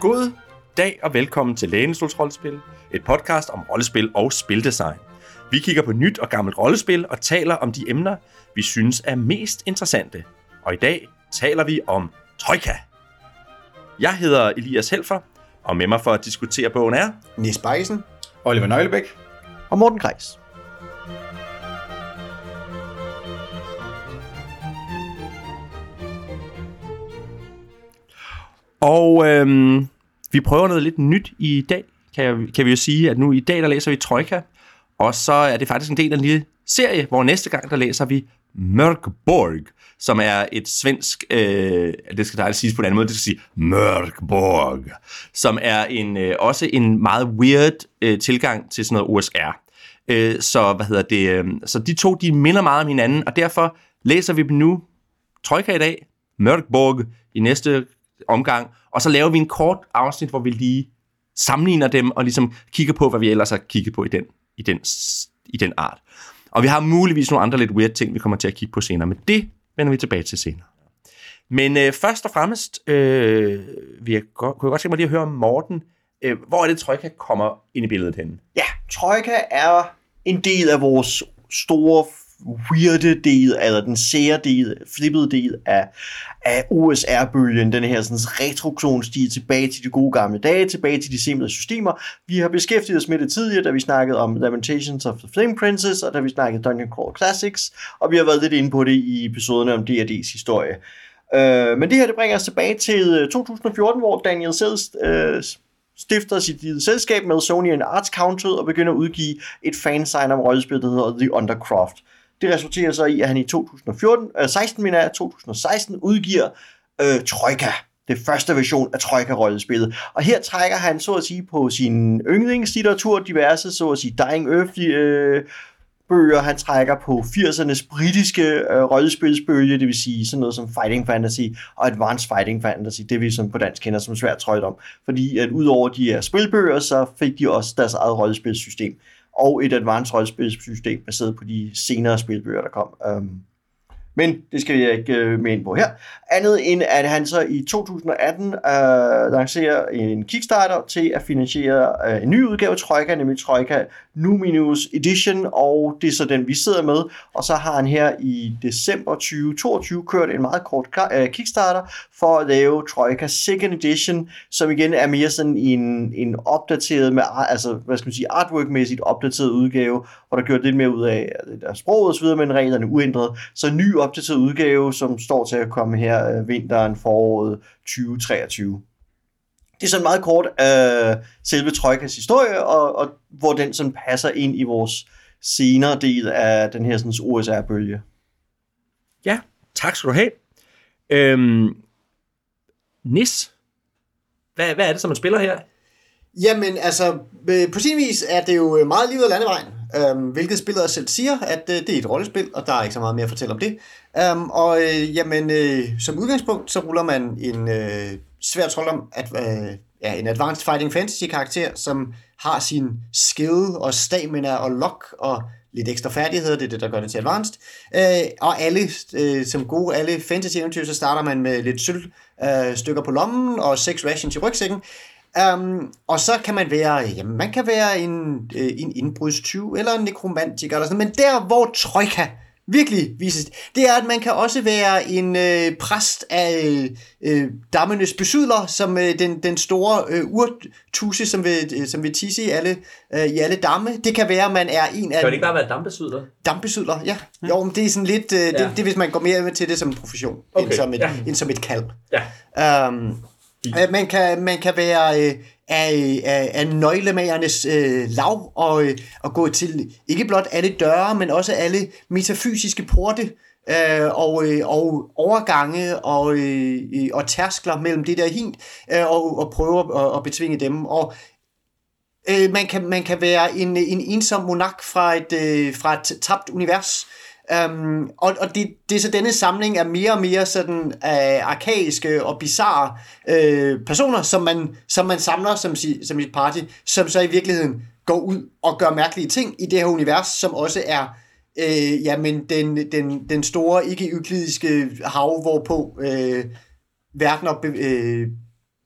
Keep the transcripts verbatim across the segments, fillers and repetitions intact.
God dag og velkommen til Lænestols Rollespil, et podcast om rollespil og spildesign. Vi kigger på nyt og gammelt rollespil og taler om de emner, vi synes er mest interessante. Og i dag taler vi om Troika. Jeg hedder Elias Helfer, og med mig for at diskutere bogen er Nis Baisen, Oliver Nøglebæk og Morten Kreis. Og øhm, vi prøver noget lidt nyt i dag, kan, jeg, kan vi jo sige, at nu i dag der læser vi Troika, og så er det faktisk en del af en lille serie, hvor næste gang der læser vi Mørkborg, som er et svensk, øh, det skal dejligt siges på en anden måde, det skal sige Mørkborg, som er en øh, også en meget weird øh, tilgang til sådan noget O S R. Øh, så hvad hedder det? Øh, så de to de minder meget om hinanden, og derfor læser vi dem nu Troika i dag, Mørkborg i næste omgang, og så laver vi en kort afsnit, hvor vi lige sammenligner dem og ligesom kigger på, hvad vi ellers har kigget på i den, i den, i den art. Og vi har muligvis nogle andre lidt weird ting, vi kommer til at kigge på senere, men det vender vi tilbage til senere. Men øh, først og fremmest øh, vil jeg godt, kunne jeg godt tænke mig lige at høre om Morten. Øh, hvor er det, Troika kommer ind i billedet henne? Ja, Troika er en del af vores store weirde del, eller den sære del, flippede del af, af O S R-bølgen, den her sådan retrokronsstil tilbage til de gode gamle dage, tilbage til de simple systemer. Vi har beskæftiget os med det tidligere, da vi snakkede om Lamentations of the Flame Princess, og da vi snakkede Dungeon Crawl Classics, og vi har været lidt inde på det i episoderne om D og D's historie. Uh, men det her, det bringer os tilbage til to tusind og fjorten, hvor Daniel Sels uh, stifter sit lille selskab med Sony and Arts Council og begynder at udgive et fansign om rollespil, der hedder The Undercroft. Det resulterer så i, at han i to tusind og fjorten, øh, seksten, mener jeg, to tusind og seksten udgiver øh, Troika, det første version af Troika-rollespillet. Og her trækker han så at sige på sin yndlingslitteratur, diverse så at sige Dying Earth øh, bøger. Han trækker på firsernes britiske øh, rollespilsbølge, det vil sige sådan noget som Fighting Fantasy og Advanced Fighting Fantasy, det vi som på dansk kender som svært trøjt om. Fordi at udover de her spilbøger, så fik de også deres eget rollespilssystem og et advanced rollespilsystem baseret på de senere spilbøger, der kom. Um, men det skal jeg ikke uh, med ind på her. Andet end, at han så i to tusind og atten uh, lancerer en Kickstarter til at finansiere uh, en ny udgave af Troika, nemlig Troika Numinous Edition, og det er så den, vi sidder med. Og så har han her i december tyve toogtyve kørt en meget kort uh, Kickstarter for at lave Troika Second Edition, som igen er mere sådan en, en opdateret, med, altså hvad skal man sige, artwork-mæssigt opdateret udgave, hvor der gjort lidt mere ud af der sproget og så videre, men reglerne uændret. Så en ny opdateret udgave, som står til at komme her øh, vinteren, foråret tyve treogtyve. Det er sådan meget kort øh, selve Troikas historie, og, og hvor den sådan passer ind i vores senere del af den her sådan, O S R-bølge. Ja, tak skal du have. Øhm, Nis, hvad, hvad er det, som man spiller her? Jamen, altså, på sin vis er det jo meget livet af landevejen, øhm, hvilket spillet selv siger, at øh, det er et rollespil, og der er ikke så meget mere at fortælle om det. Um, og øh, jamen, øh, som udgangspunkt, så ruller man en øh, svær troldom, at, øh, ja, en Advanced Fighting Fantasy karakter, som har sin skill og stamina og luck og lidt ekstra færdigheder, det er det, der gør det til advanced. Øh, og alle, øh, som gode alle fantasy-eventyr, så starter man med lidt sølv øh, stykker på lommen og seks rations i rygsækken. Um, og så kan man være, jamen man kan være en, øh, en indbrudstyv eller en nekromantiker eller sådan, men der hvor Troika virkelig vises, det er at man kan også være en øh, præst af øh, dammenes besydler, som øh, den, den store øh, urtuse, som vil, øh, som vil tisse i alle, øh, i alle damme. Det kan være, at man er en af... Kan det ikke bare være dampbesydler? Dampbesydler, ja. ja. Jo, men det er sådan lidt, øh, ja. det, det er hvis man går mere til det som en profession, okay. end, som et, ja. end som et kald. Ja. Um, Man kan, man kan være øh, af, af, af nøglemagernes øh, lav og, øh, og gå til ikke blot alle døre, men også alle metafysiske porte øh, og, øh, og overgange og, øh, og tærskler mellem det der hint øh, og, og prøve at, at betvinge dem. Og øh, man, kan, man kan være en, en ensom monark fra et, øh, fra et tabt univers. Um, og og det, det er så denne samling af mere og mere sådan uh, arkaiske og bizarre uh, personer, som man, som man samler som, si, som et party, som så i virkeligheden går ud og gør mærkelige ting i det her univers, som også er uh, jamen den, den, den store ikke-euklidiske hav, hvorpå uh, verdener be, uh,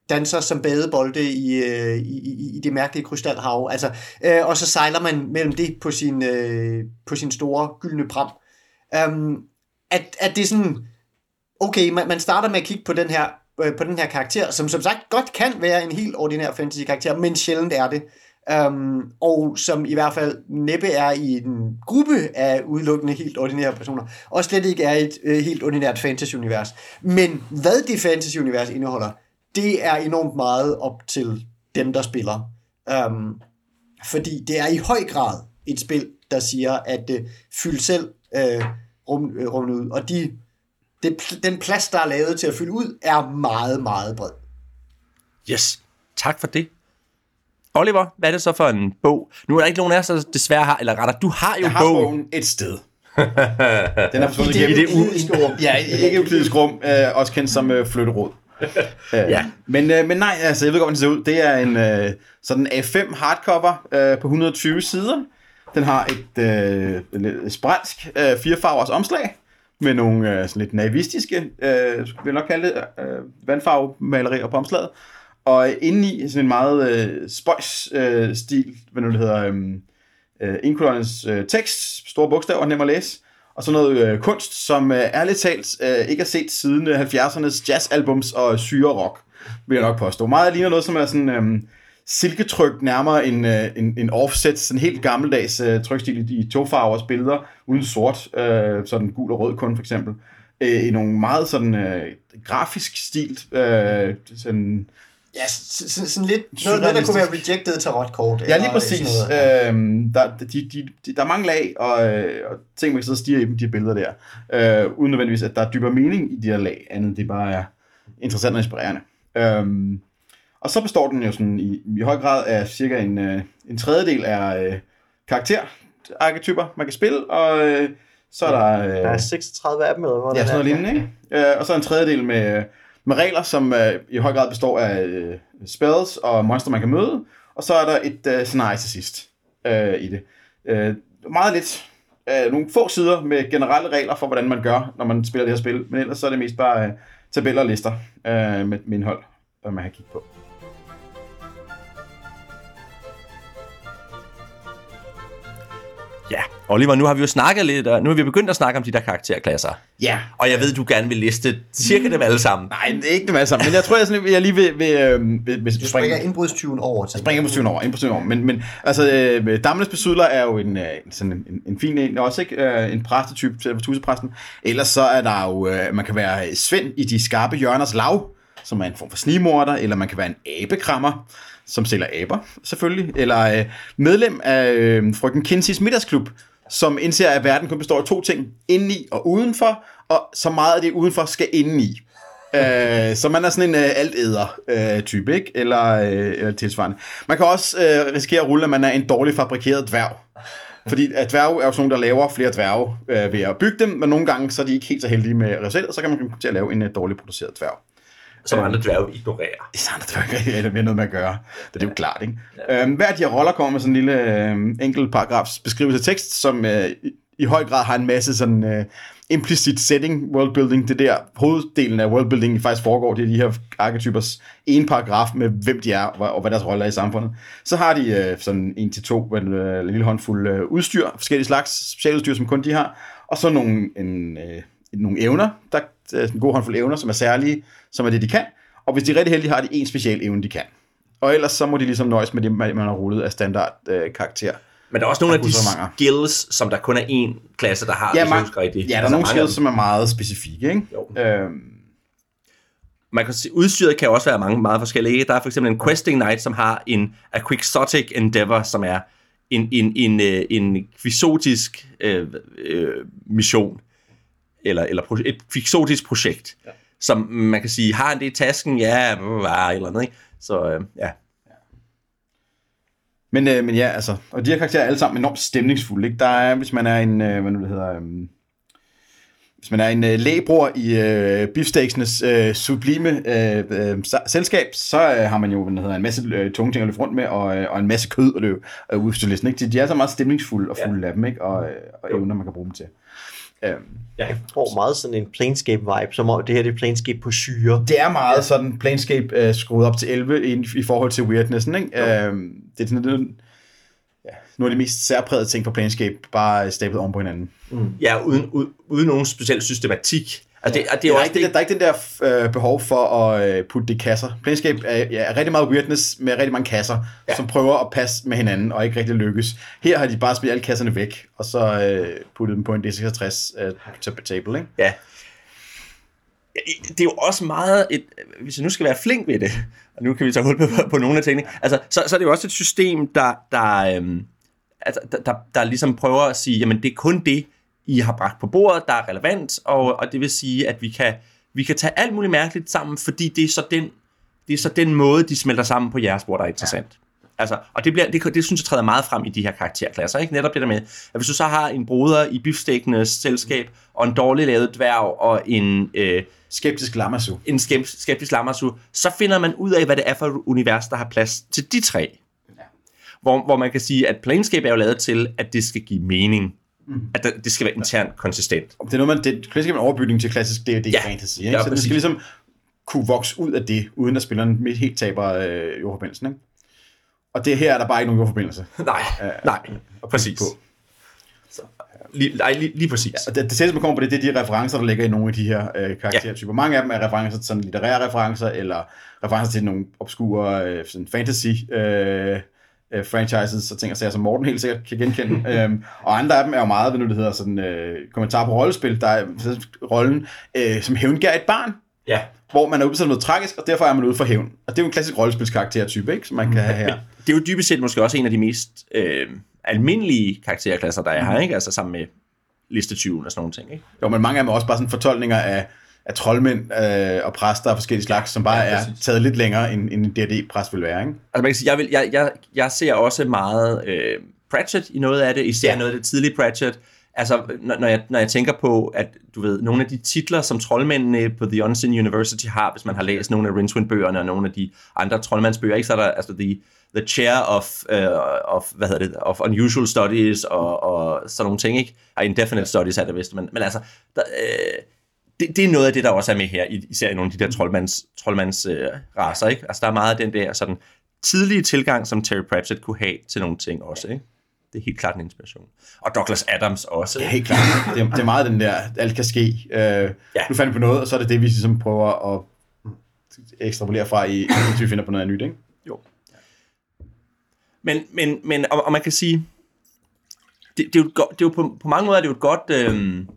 danser som badebolde i, øh, i, i, i det mærkelige krystalhav. Altså, øh, og så sejler man mellem det på sin, øh, på sin store gyldne pram. Um, at, at det er sådan, okay, man, man starter med at kigge på den her øh, på den her karakter, som som sagt godt kan være en helt ordinær fantasy-karakter, men sjældent er det. Um, og som i hvert fald næppe er i en gruppe af udelukkende helt ordinære personer, og slet ikke er et øh, helt ordinært fantasy-univers. Men hvad det fantasy-univers indeholder, det er enormt meget op til dem, der spiller. Um, fordi det er i høj grad et spil, der siger, at øh, fyld selv øh, rum, øh, rummet ud. Og de, det, den plads, der er lavet til at fylde ud, er meget, meget bred. Yes, tak for det. Oliver, hvad er det så for en bog? Nu er der ikke nogen af os, der desværre har, eller rettere, du har jo Jeg har bogen. bogen et sted. Den er forsvundet I det igennem euklidske rum. Ja, ikke euklidsk rum, øh, også kendt som øh, flytterod. øh, Ja. men, øh, men nej, altså, jeg ved godt, hvordan det ser ud. Det er en øh, sådan A fem hardcover øh, på et hundrede og tyve sider. Den har et øh, lidt sprænsk øh, firefarvers omslag med nogle øh, sådan lidt naivistiske, øh, vil jeg nok kalde det, øh, vandfarvemalerier på omslaget. Og indeni sådan en meget øh, spøjs øh, stil, hvad nu det hedder, øh, øh, inkolonens øh, tekst, store bogstaver, nem at læse, og så noget øh, kunst, som øh, ærligt talt øh, ikke er set siden øh, halvfjerdsernes jazzalbums og syre rock, vil jeg nok påstå. Meget ligner noget, som er sådan øh, silketryk nærmere en, øh, en, en offset, sådan helt gammeldags øh, trykstil i to farvers billeder, uden sort, øh, sådan gul og rød kun for eksempel, øh, i nogle meget sådan øh, grafisk stil, øh, sådan... Ja, sådan, sådan lidt noget, noget, der kunne være rejected tarotkort. Ja, lige præcis. Øhm, der, de, de, de, der er mange lag, og, og ting, man kan sidde og stige i de her billeder der, øh, uden nødvendigvis, at der er dybere mening i de her lag, andet det bare er interessant og inspirerende. Øhm, og så består den jo sådan i, i høj grad af cirka en, øh, en tredjedel af øh, karakterarketyper, man kan spille, og øh, så er der... Øh, Der er seksogtredive af dem, eller hvad? ja, sådan noget lignende, ikke? Øh, og så en tredjedel med... med regler, som øh, i høj grad består af øh, spells og monster, man kan møde, og så er der et øh, scenarie til sidst øh, i det. Øh, meget lidt. Øh, nogle få sider med generelle regler for, hvordan man gør, når man spiller det her spil, men ellers så er det mest bare øh, tabeller og lister øh, med, med indhold, som man kan kigge på. Ja, Oliver, nu har vi jo snakket lidt, og nu har vi begyndt at snakke om de der karakterklasser. Ja. Og jeg ved, du gerne vil liste cirka dem alle sammen. Nej, det er ikke dem alle sammen, men jeg tror, jeg, sådan, jeg lige vil... vil, øh, vil, vil Du springer indbrudstyven over til. Springer indbrudstyven over, indbrudstyven over. Men, men altså, øh, Damles besudler er jo en, øh, sådan en, en, en fin en, også ikke? Øh, en præstetype til tusepræsten. Ellers så er der jo, øh, man kan være Svend i de skarpe hjørners lav, som er en form for snigmorder, eller man kan være en abekrammer, som sælger aber, selvfølgelig, eller øh, medlem af øh, frøken Kinseys middagsklub, som indser, at verden kun består af to ting, indeni og udenfor, og så meget af det udenfor skal indeni. øh, så man er sådan en øh, altæder øh, type, ikke? Eller, øh, eller tilsvarende. Man kan også øh, risikere at rulle, at man er en dårligt fabrikeret dværg. Fordi at dværge er jo sådan nogle, der laver flere dværge øh, ved at bygge dem, men nogle gange så er de ikke helt så heldige med resultatet, så kan man komme til at lave en øh, dårligt produceret dværg. Som andre dværge ignorerer. Det er andre dværge, det er noget med at gøre. Det er jo klart, ikke? Ja. Øhm, hver af de her roller kommer med sådan en lille øh, enkelt paragrafs beskrivelse af tekst, som øh, i, i høj grad har en masse sådan øh, implicit setting, worldbuilding. Det der hoveddelen af worldbuilding faktisk foregår, det er de her arketypers en paragraf med, hvem de er, og, og hvad deres rolle er i samfundet. Så har de øh, sådan en til to, en øh, lille håndfuld øh, udstyr, forskellige slags specialudstyr, som kun de har, og så nogle, en, øh, nogle evner, der er en god håndfuld evner, som er særlige, som er det, de kan. Og hvis de er rigtig heldige, har de en special evne, de kan. Og ellers så må de ligesom nøjes med det, man har rullet af standard øh, karakter. Men der er også nogle af de skills, som der kun er én klasse, der har. Ja, det, man, husker rigtigt. ja der er altså, nogle skills, som er meget specifikke, ikke? Jo. Øhm. Man kan se, udstyret kan også være mange, meget forskellige. Der er for eksempel en questing knight, som har en a quixotic endeavor, som er en, en, en, en, en quixotisk øh, øh, mission, eller, eller et quixotisk projekt, ja. Som man kan sige, har han det i tasken? Ja, eller andet, ikke? Så øh, ja. Men, øh, men ja, altså, og de her karakterer er alle sammen enormt stemningsfulde, ikke? Der er, hvis man er en, øh, hvad nu det hedder, øh, hvis man er en øh, lægbror i øh, beefsteaksenes øh, sublime øh, øh, selskab, så øh, har man jo, hvad det hedder, en masse øh, tunge ting at løbe rundt med, og, øh, og en masse kød at løbe øh, ud til listen, ikke? De, de er så meget stemningsfulde og fulde ja. Af dem, ikke? Og, øh, og evner, man kan bruge dem til. Øhm, Ja. Jeg får meget sådan en Planescape-vibe, som om det her det er Planescape på syre. Det er meget sådan Planescape øh, skruet op til elleve i, i forhold til weirdnessen, ikke? Øhm, det er sådan noget, ja, nogle af de mest særprægede ting på Planescape, bare stablet oven på hinanden. Mm. Ja, uden, uden, uden nogen speciel systematik. Altså, det, ja. det, det er der, er også ikke, det, der er ikke den der øh, behov for at øh, putte det i kasser. Planescape er, ja, er rigtig meget weirdness med rigtig mange kasser, ja. som prøver at passe med hinanden og ikke rigtig lykkes. Her har de bare smidt alle kasserne væk, og så øh, puttet dem på en D seksogtres øh, table, ikke? Ja. Det er jo også meget et, hvis jeg nu skal være flink ved det, og nu kan vi tage hul på, på nogle af tingene, altså, så, så er det jo også et system, der, der, øhm, altså, der, der, der ligesom prøver at sige, jamen det er kun det, I har bragt på bordet, der er relevant, og, og det vil sige, at vi kan, vi kan tage alt muligt mærkeligt sammen, fordi det er så den, det er så den måde, de smelter sammen på jeres bord, der er interessant. Ja. Altså, og det, bliver, det, det synes jeg træder meget frem i de her karakterklasser, ikke? Netop det der med, at hvis du så har en broder i bifstekkenes selskab, og en dårlig lavet dværg, og en... Øh, skeptisk Lamassu. En skeptisk Lamassu, så finder man ud af, hvad det er for et univers, der har plads til de tre. Ja. Hvor, hvor man kan sige, at Planescape er jo lavet til, at det skal give mening. Mm. At der, det skal være internt konsistent. Det er noget, man, det, Planescape er en overbygning til klassisk D og D ja. fantasy, ikke? Ja, så det skal ligesom kunne vokse ud af det, uden at spilleren helt taber øh, jordforbindelsen, ikke? Og det her er der bare ikke nogen jordforbindelse. Nej, uh, nej, præcis. På. Så, lige, nej, lige, lige præcis. Ja, og det, det tætteste, man kommer på det, det er de referencer, der ligger i nogle af de her øh, karaktertyper. Ja. Mange af dem er referencer til sådan litterære referencer, eller referencer til nogle obskure øh, sådan fantasy øh, øh, franchises, og ting og sager, som Morten helt sikkert kan genkende. øhm, og andre af dem er jo meget, hvad nu det hedder, sådan øh, kommentar på rollespil. Der er rollen øh, som hævngær et barn. Ja. Hvor man er udsat noget tragisk, og derfor er man ude for hævn. Og det er jo en klassisk rollespilskaraktertype, ikke, som man kan have her. Det er jo dybest set måske også en af de mest øh, almindelige karakterklasser, der er her, ikke? Altså sammen med listetyven og sådan nogle ting, ikke? Jo, men mange af dem er også bare sådan fortolkninger af, af troldmænd øh, og præster af forskellige slags, som bare ja, er taget lidt længere, end, end en D og D-præst vil være, ikke? Altså man kan sige, jeg, vil, jeg, jeg, jeg ser også meget øh, Pratchett i noget af det, især ja. noget af det tidlige Pratchett. Altså, når jeg, når jeg tænker på, at du ved, nogle af de titler, som troldmændene på The Unseen University har, hvis man har læst nogle af Rincewind-bøgerne og nogle af de andre troldmandsbøger, ikke, så er der altså the, the Chair of, uh, of, hvad hedder det, of Unusual Studies og, og sådan nogle ting, ikke? Og Indefinite Studies er det vist, men, men altså, der, øh, det, det er noget af det, der også er med her, især i nogle af de der troldmands, troldmands øh, racer, ikke? Altså, der er meget af den der sådan tidlige tilgang, som Terry Pratchett kunne have til nogle ting også, ikke? Det er helt klart en inspiration. Og Douglas Adams også. Ja, helt klart. Det er, det er meget den der, alt kan ske. Uh, ja. Nu fandt vi på noget, og så er det det, vi ligesom prøver at ekstrapolere fra, i, hvis vi finder på noget nyt, ikke? Jo. Men, men, men og, og man kan sige, det, det er jo, det er jo på, på mange måder, det er jo et godt, øhm,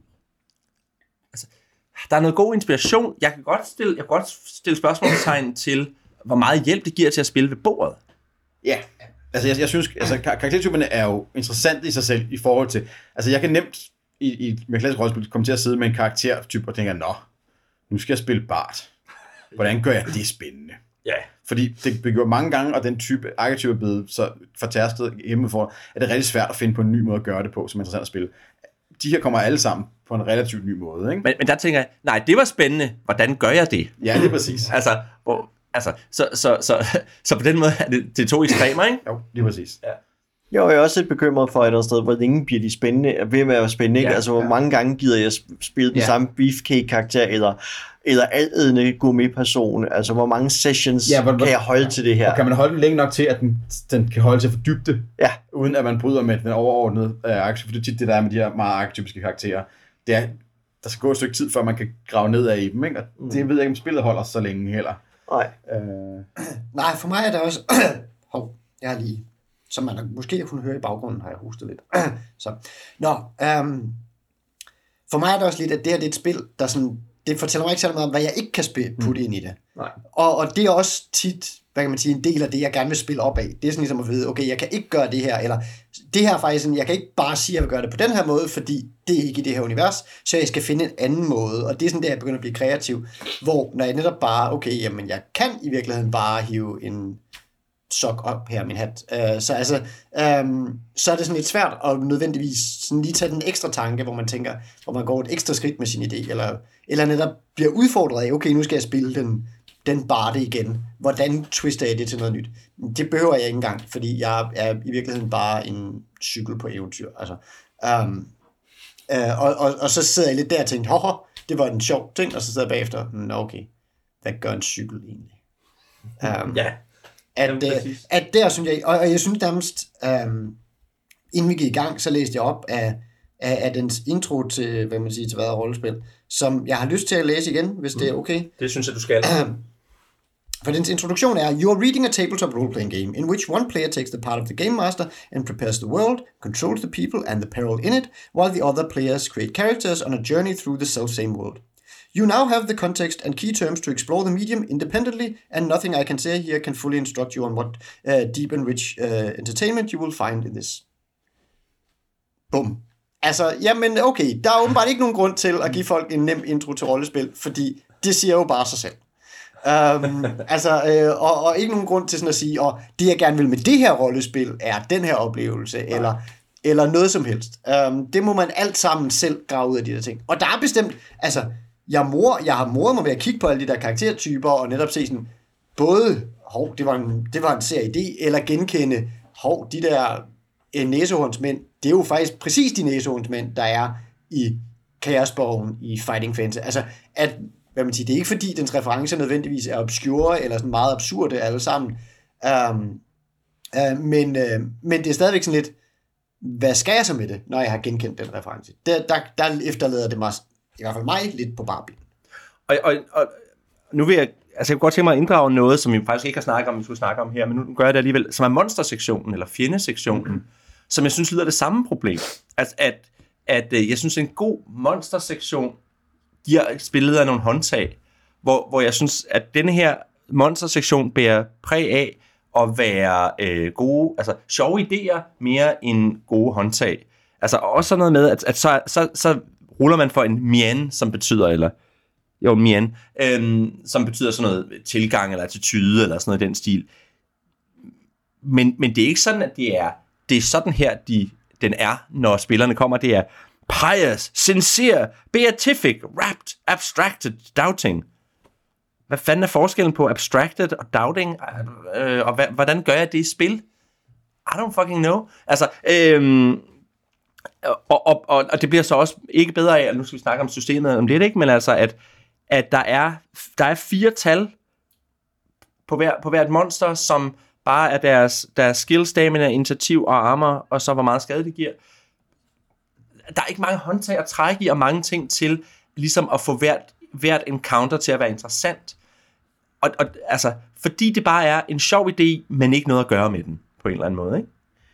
altså, der er noget god inspiration. Jeg kan godt stille, jeg kan godt stille spørgsmålstegn til, hvor meget hjælp det giver til at spille ved bordet. Ja. Altså, jeg, jeg synes, altså, karaktertyperne er jo interessante i sig selv i forhold til... Altså, jeg kan nemt i, i med klassisk rollespil komme til at sidde med en karaktertype og tænke, nå, nu skal jeg spille Bart. Hvordan gør jeg det spændende? Ja. Fordi det bliver gjort mange gange, og den type arketype er blevet så fortærsket hjemmefra, at det er rigtig svært at finde på en ny måde at gøre det på, som er interessant at spille. De her kommer alle sammen på en relativt ny måde, ikke? Men, men der tænker jeg, nej, det var spændende. Hvordan gør jeg det? Ja, det er præcis. altså, hvor... Altså, så, så, så, så på den måde er det, det er to ekstremer, ikke? Jo, lige præcis. Ja. Jeg er også lidt bekymret for et eller andet sted, hvor længe bliver de spændende, ved med at være spændende, ikke? Ja, altså, hvor ja. mange gange gider jeg spille den ja. samme beefcake-karakter, eller, eller altædende gourmet-person, altså, hvor mange sessions ja, hvor, kan jeg holde ja. til det her? Og kan man holde den længe nok til, at den, den kan holde til for dybde, ja. uden at man bryder med den overordnede uh, arketype, for det er tit det, der er med de her meget arketypiske karakterer. Det er, der skal gå et stykke tid, før man kan grave ned af i dem, ikke? Og mm. det ved jeg ikke, om spillet holder så længe heller. Nej. Øh. Nej, for mig er det også... Hov, jeg har lige... Som man måske kunne høre i baggrunden, har jeg hostet lidt. Så. Nå, um, for mig er det også lidt, at det her det er et spil, der sådan... Det fortæller mig ikke så meget om, hvad jeg ikke kan spille, putte ind i det. Nej. Og, og det er også tit, hvad kan man sige, en del af det, jeg gerne vil spille op af. Det er sådan ligesom at vide, okay, jeg kan ikke gøre det her, eller det her er faktisk sådan, jeg kan ikke bare sige, at jeg vil gøre det på den her måde, fordi det er ikke i det her univers, så jeg skal finde en anden måde. Og det er sådan der, jeg begynder at blive kreativ, hvor når jeg netop bare, okay, jamen jeg kan i virkeligheden bare hive en sok op her, min hat. Uh, så altså, um, så er det sådan lidt svært at nødvendigvis sådan lige tage den ekstra tanke, hvor man tænker, hvor man går et ekstra skridt med sin idé, eller, eller netop bliver udfordret af, okay, nu skal jeg spille den, den barde igen. Hvordan twister jeg det til noget nyt? Det behøver jeg ikke engang, fordi jeg er i virkeligheden bare en cykel på eventyr. Altså, um, Uh, og, og, og så sidder jeg lidt der og tænkte, hoho, det var en sjov ting, og så sidder jeg bagefter, nå okay, hvad gør en cykel egentlig? Um, Ja. At, uh, at der synes jeg, og, og jeg synes nærmest, um, inden vi gik i gang, så læste jeg op af, af, af dens intro til, hvad man siger, til hvad er rollespil, som jeg har lyst til at læse igen, hvis mm. det er okay. Det synes jeg, du skal. For dens introduktion er, you are reading a tabletop role-playing game, in which one player takes the part of the game master and prepares the world, controls the people and the peril in it, while the other players create characters on a journey through the self-same world. You now have the context and key terms to explore the medium independently, and nothing I can say here can fully instruct you on what uh, deep and rich uh, entertainment you will find in this. Bum. Altså, jamen okay, der er åbenbart ikke nogen grund til at give folk en nem intro til rollespil, fordi det siger jo bare sig selv. um, altså, øh, og, og ikke nogen grund til sådan at sige, og det jeg gerne vil med det her rollespil, er den her oplevelse, ja. eller, eller noget som helst. Um, det må man alt sammen selv grave ud af de der ting. Og der er bestemt, altså, jeg, mor, jeg har moret mig ved at kigge på alle de der karaktertyper, og netop se sådan, både, hov, det var en, det var en serie idé, eller genkende, hov, de der øh, næsehornsmænd, det er jo faktisk præcis de næsehornsmænd, der er i Kaosborgen i Fighting Fantasy. Altså, at hvad man siger, det er ikke fordi, dens referencer nødvendigvis er obskure, eller sådan meget absurde alle sammen. Um, uh, men, uh, men det er stadigvæk sådan lidt, hvad skal jeg så med det, når jeg har genkendt den reference? Der, der, der efterlader det mig, i hvert fald mig, lidt på barben. Og, og, og nu vil jeg, altså jeg kunne godt tænke mig at inddrage noget, som vi faktisk ikke har snakket om, vi skulle snakke om her, men nu gør jeg det alligevel, som er monstersektionen, eller fjendesektionen, mm-hmm. som jeg synes lyder det samme problem. Altså at, at, at jeg synes, en god monstersektion giver spillet af nogle håndtag, hvor, hvor jeg synes, at denne her monstersektion bærer præg af at være øh, gode, altså sjove idéer mere end gode håndtag. Altså også sådan noget med, at, at så, så, så ruller man for en mien, som betyder, eller jo, mien, øhm, som betyder sådan noget tilgang, eller attitude, eller sådan noget i den stil. Men, men det er ikke sådan, at det er, det er sådan her, de, den er, når spillerne kommer. Det er pious, sincere, beatific, rapt, abstracted, doubting. Hvad fanden er forskellen på abstracted og doubting? Øh, og hva- hvordan gør jeg det i spil? I don't fucking know. Altså, øhm, og, og, og, og det bliver så også ikke bedre af, nu skal vi snakke om systemet om lidt, ikke? Men altså, at, at der, er, der er fire tal på, hver, på hvert monster, som bare er deres, deres skill, stamina, initiativ og armor, og så hvor meget skade det giver. Der er ikke mange håndtag at trække i, og mange ting til ligesom at få hvert, hvert encounter til at være interessant. Og, og altså, fordi det bare er en sjov idé, men ikke noget at gøre med den, på en eller anden måde, ikke?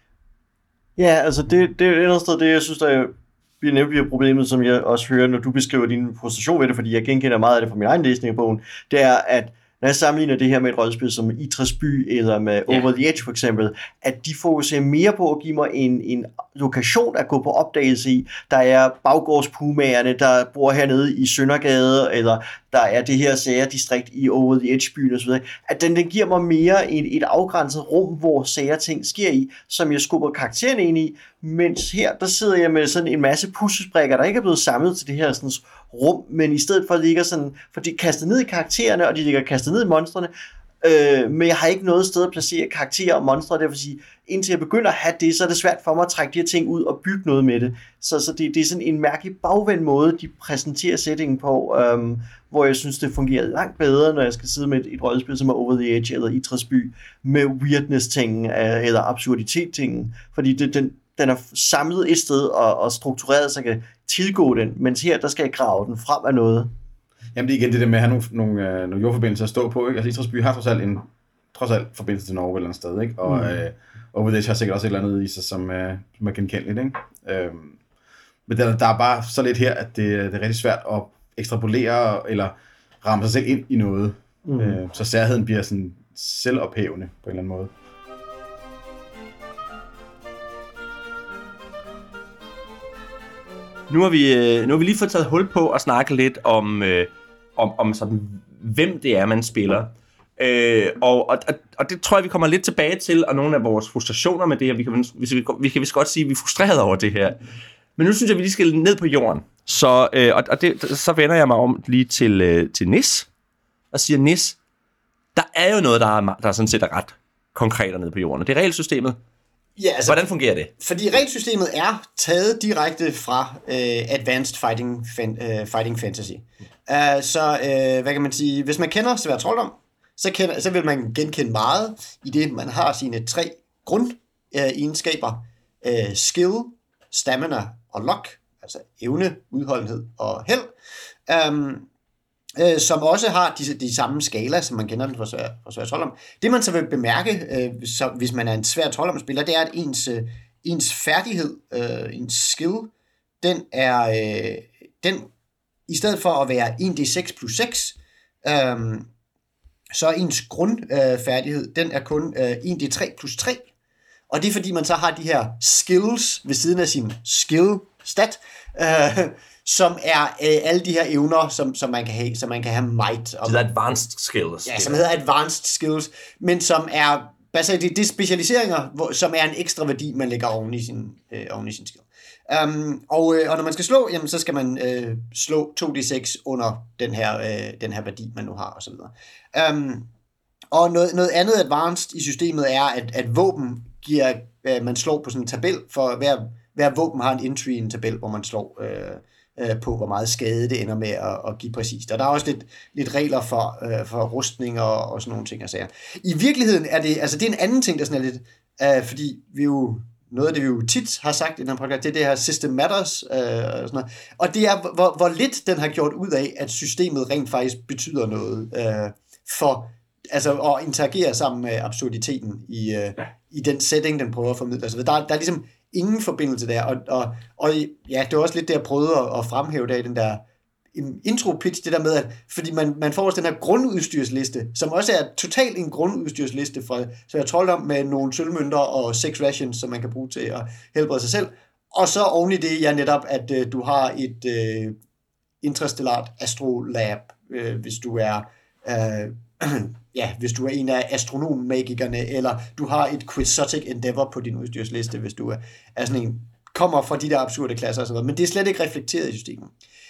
Ja, altså det, det er et andet sted, det jeg synes, der er, bliver nævnt bliver problemet, som jeg også hører, når du beskriver din frustration ved det, fordi jeg genkender meget af det fra min egen læsning af bogen, det er, at når jeg sammenligner det her med et rollespil som Idris By eller med yeah. Over the Edge for eksempel, at de fokuserer mere på at give mig en, en lokation at gå på opdagelse i. Der er baggårdspumaerne, der bor hernede i Søndergade, eller der er det her sagerdistrikt i Over the Edge-byen osv. At den, den giver mig mere et, et afgrænset rum, hvor sager ting sker i, som jeg skubber karakteren ind i, mens her, der sidder jeg med sådan en masse puslesprækker, der ikke er blevet samlet til det her sådan rum, men i stedet for ligger sådan, for de er kastet ned i karaktererne, og de ligger kastet ned i monstrene, øh, men jeg har ikke noget sted at placere karakterer og monstre, derfor sige, indtil jeg begynder at have det, så er det svært for mig at trække de her ting ud og bygge noget med det. Så, så det, det er sådan en mærkelig bagvendt måde, de præsenterer settingen på, øhm, hvor jeg synes, det fungerer langt bedre, når jeg skal sidde med et, et rollespil som er Over the Edge eller Idris By, med weirdness-tingen øh, eller absurditet-tingen, fordi det, den, den er samlet et sted og, og struktureret, så jeg kan tilgå den, mens her, der skal jeg grave den frem af noget. Jamen det er igen det der med at have nogle, nogle, øh, nogle jordforbindelser at stå på, ikke? Altså Idris By har trods alt en trods alt forbindelse til Norge et eller andet sted, ikke? Og mm. øh, Over the Edge har sikkert også et eller andet i sig, som, øh, som er genkendeligt, ikke? Øhm, men der, der er bare så lidt her, at det, det er rigtig svært at ekstrapolere eller ramme sig selv ind i noget. Mm. Øh, så særheden bliver sådan selvophævende på en eller anden måde. Nu har vi, nu har vi lige fået taget hul på at snakke lidt om, øh, om, om sådan, hvem det er, man spiller. Øh, og, og, og det tror jeg, vi kommer lidt tilbage til, og nogle af vores frustrationer med det her. Vi kan, vi, vi kan vist godt sige, at vi er frustrerede over det her. Men nu synes jeg, vi lige skal ned på jorden. Så, øh, og, og det, så vender jeg mig om lige til, øh, til Nis, og siger, Nis, der er jo noget, der er, der er sådan set er ret konkret nede på jorden. Og det er regelsystemet. Ja, altså, Hvordan fungerer det? fordi regelsystemet er taget direkte fra uh, Advanced Fighting, fan, uh, Fighting Fantasy. Uh, så uh, hvad kan man sige, hvis man kender Sværd Trolddom, så, kender, så vil man genkende meget i det, man har sine tre grundegenskaber. Uh, uh, skill, stamina og luck, altså evne, udholdenhed og held. Um, øh, som også har de, de samme skala, som man kender den fra Sværd, fra Sværd Trolddom. Det man så vil bemærke, øh, så, hvis man er en Sværd Trolddom-spiller, det er, at ens, øh, ens færdighed, øh, ens skill, den er, øh, den, i stedet for at være en d seks plus seks, øh, så er ens grundfærdighed, øh, den er kun øh, en d tre plus tre. Og det er fordi, man så har de her skills ved siden af sin skill-stat, øh, som er øh, alle de her evner, som, som man kan have, som man kan have might. Og, det er advanced skills. Ja, som hedder advanced skills, men som er, altså det, det er specialiseringer, hvor, som er en ekstra værdi, man lægger oven i sin, øh, oven i sin skill. Um, og, øh, og når man skal slå, jamen, så skal man øh, slå to d seks under den her, øh, den her værdi, man nu har, osv. Um, og noget, noget andet advanced i systemet er, at, at våben giver, øh, man slår på sådan en tabel, for hver, hver våben har en entry i en tabel, hvor man slår øh, øh, på, hvor meget skade det ender med at, at give præcist. Og der er også lidt, lidt regler for, øh, for rustning og, og sådan nogle ting og sager. I virkeligheden er det, altså det er en anden ting, der sådan er lidt, øh, fordi vi jo, noget af det vi jo tit har sagt i den her podcast, det er det her system matters, øh, og sådan noget. Og det er, hvor, hvor lidt den har gjort ud af, at systemet rent faktisk betyder noget øh, for, altså at interagere sammen med absurditeten i, øh, ja. i den setting, den prøver at formidle. Altså, der, der er ligesom ingen forbindelse der, og, og, og ja, det var også lidt det, jeg prøvede at, at fremhæve der i den der intro-pitch, det der med, at fordi man, man får også den her grundudstyrsliste, som også er totalt en grundudstyrsliste fra Sværd Trolddom med nogle sølvmønter og seks rations, som man kan bruge til at helbrede sig selv. Og så oven i det, ja netop, at øh, du har et øh, interstellart astrolab, øh, hvis du er øh, ja, hvis du er en af astronommagikerne, eller du har et Quixotic Endeavor på din udstyrsliste, hvis du er, er sådan en, kommer fra de der absurde klasser og sådan noget, men det er slet ikke reflekteret i systemet.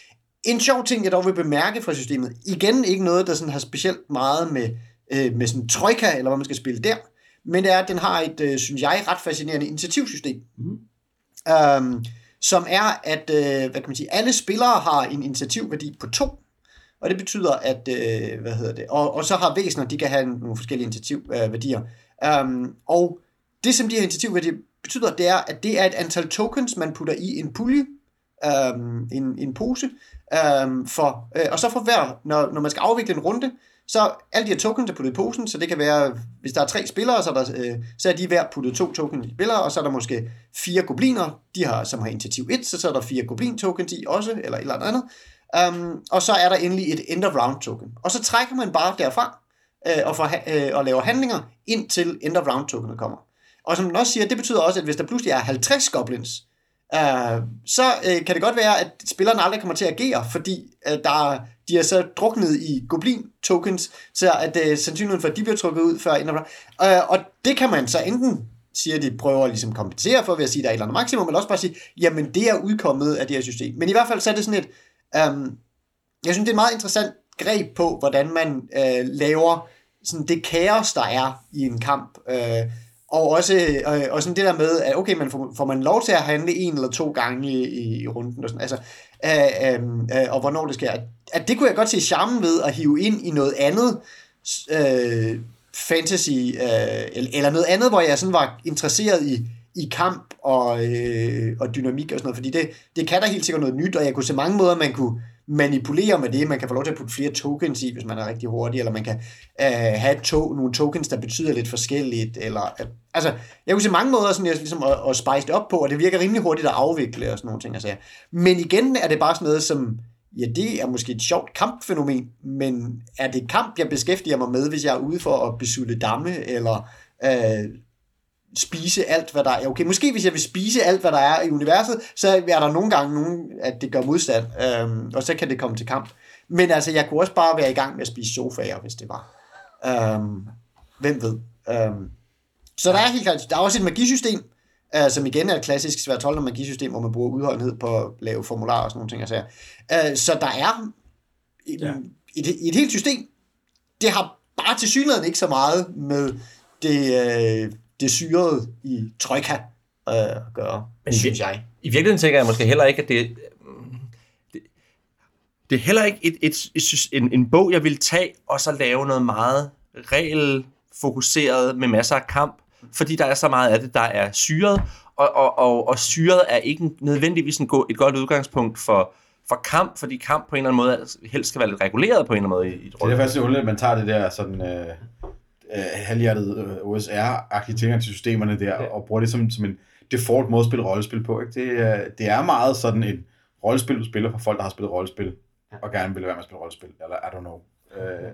En sjov ting, jeg dog vil bemærke fra systemet, igen ikke noget, der sådan har specielt meget med, øh, med sådan trojka, eller hvad man skal spille der, men det er, at den har et, øh, synes jeg, ret fascinerende initiativsystem, mm. øhm, som er, at øh, hvad kan man sige, alle spillere har en initiativværdi på to, og det betyder, at, øh, hvad hedder det, og, og så har væsener, de kan have nogle forskellige initiativværdier, øhm, og det, som de her initiativværdier betyder, det er, at det er et antal tokens, man putter i en pulje, øhm, en, en pose, øhm, for, øh, og så for hver, når, når man skal afvikle en runde, så alle de her tokens er puttet i posen, så det kan være, hvis der er tre spillere, så er, der, øh, så er de hver puttet to tokens i spillere, og så er der måske fire gobliner, de har, som har initiativ et, så, så er der fire goblin tokens i også, eller et eller andet. Um, og så er der endelig et end of round token. Og så trækker man bare derfra, øh, og, for, øh, og laver handlinger, indtil end of round tokenet kommer. Og som den også siger, det betyder også, at hvis der pludselig er halvtreds goblins, øh, så øh, kan det godt være, at spillerne aldrig kommer til at agere, fordi øh, der, de er så druknet i goblin tokens, så at øh, sandsynligheden for, at de bliver trukket ud før end of round. Øh, og det kan man så enten, siger de, prøver at ligesom kompensere for, ved at sige, at der er et eller andet maksimum, eller også bare sige, jamen det er udkommet af det her system. Men i hvert fald så er det sådan et, Um, jeg synes, det er et meget interessant greb på, hvordan man øh, laver sådan det kaos, der er i en kamp. Øh, og også øh, og sådan det der med, at okay, man får, får man lov til at handle en eller to gange i, i runden, og sådan, altså, øh, øh, og hvornår det sker. At, at det kunne jeg godt se charmen ved at hive ind i noget andet øh, fantasy, øh, eller noget andet, hvor jeg sådan var interesseret i, i kamp og, øh, og dynamik og sådan noget, fordi det, det kan der helt sikkert noget nyt, og jeg kunne se mange måder, man kunne manipulere med det. Man kan få lov til at putte flere tokens i, hvis man er rigtig hurtig, eller man kan øh, have to, nogle tokens, der betyder lidt forskelligt, eller, øh, altså, jeg kunne se mange måder sådan, jeg, ligesom, at, at spice det op på, og det virker rimelig hurtigt at afvikle og sådan nogle ting. Altså, ja. Men igen er det bare sådan noget, som, ja, det er måske et sjovt kampfænomen, men er det kamp, jeg beskæftiger mig med, hvis jeg er ude for at besudle damme, eller øh, spise alt, hvad der er. Okay, måske hvis jeg vil spise alt, hvad der er i universet, så er der nogle gange nogen, at det gør modstand, øhm, og så kan det komme til kamp. Men altså, jeg kunne også bare være i gang med at spise sofaer, hvis det var. Øhm, hvem ved? Øhm, så der er helt klart, der er også et magisystem, øh, som igen er et klassisk Sværd Trolddom magisystem, hvor man bruger udholdenhed på at lave formularer og sådan nogle ting. Altså. Øh, så der er et, ja. et, et, et helt system. Det har bare tilsyneladende ikke så meget med det... Øh, det syrede i Troika øh, at gøre, men synes jeg. I virkeligheden tænker jeg måske heller ikke, at det... Det, det er heller ikke et, et, et, en, en bog, jeg vil tage, og så lave noget meget regelfokuseret med masser af kamp, fordi der er så meget af det, der er syret, og, og, og, og syret er ikke nødvendigvis en go, et godt udgangspunkt for, for kamp, fordi kamp på en eller anden måde helst skal være lidt reguleret på en eller anden måde i, i et rolle. Det er faktisk underligt, at man tager det der sådan øh, øh, halvhjertet O S R-agtige tilgang til systemerne der, ja. Og bruger det som, som en default måde at spille rollespil på. Ikke? Det, er, det er meget sådan et rollespil, du spiller for folk, der har spillet rollespil, og gerne vil være med at spille rollespil, eller I don't know. Øh.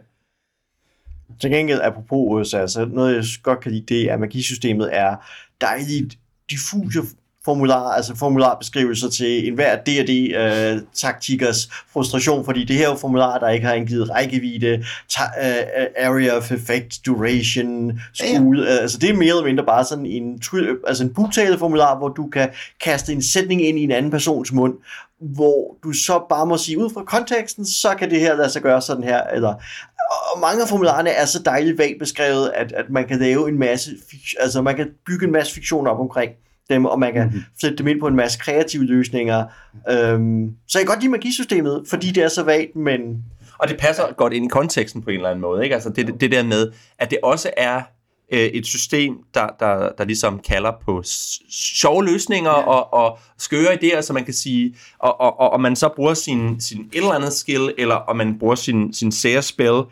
Til gengæld, apropos O S R, så noget jeg godt kan lide, det er, at magisystemet er dejligt diffuse formularer, altså formularbeskrivelser til enhver D og D-taktikers uh, frustration, fordi det her er jo formularer, der ikke har indgivet rækkevidde, ta- uh, area of effect, duration, skue, ja, ja. Uh, altså det er mere eller mindre bare sådan en, altså en bugtaleformular, hvor du kan kaste en sætning ind i en anden persons mund, hvor du så bare må sige, ud fra konteksten, så kan det her lade sig gøre sådan her, eller og mange af formularerne er så dejligt vagt beskrevet, at, at man kan lave en masse, altså man kan bygge en masse fiktion op omkring dem, og man kan mm-hmm. sætte dem ind på en masse kreative løsninger. Øhm, så jeg kan godt lide magisystemet, fordi det er så vagt, men... Og det passer godt ind i konteksten på en eller anden måde, ikke? Altså det, det der med, at det også er øh, et system, der, der, der ligesom kalder på sjove løsninger ja. og, og skøre idéer, så man kan sige, og, og, og, og man så bruger sin, sin et eller andet skill, eller og man bruger sin, sin sære spil.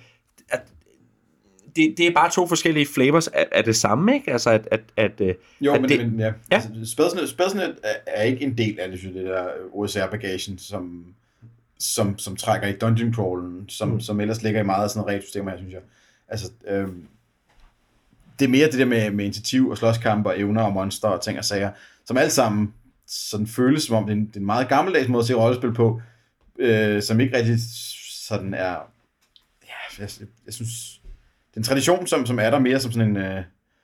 Det, det er bare to forskellige flavors af, af det samme, ikke? Altså at... at, at jo, at men, det, men ja. ja. Altså, Spelsnet, Spelsnet er, er ikke en del af det, det der O S R-bagagen, som, som, som trækker i dungeon crawlen, som, mm. som ellers ligger i meget af sådan nogle regelsystemer, jeg synes jeg. Altså, øhm, det er mere det der med, med initiativ og slåskampe og evner og monster og ting og sager, som alt sammen sådan føles som om, det er en, det er en meget gammeldags måde at se rollespil på, øh, som ikke rigtig sådan er... Ja, jeg, jeg, jeg synes... Det er en tradition, som, som er der mere som sådan en... Øh,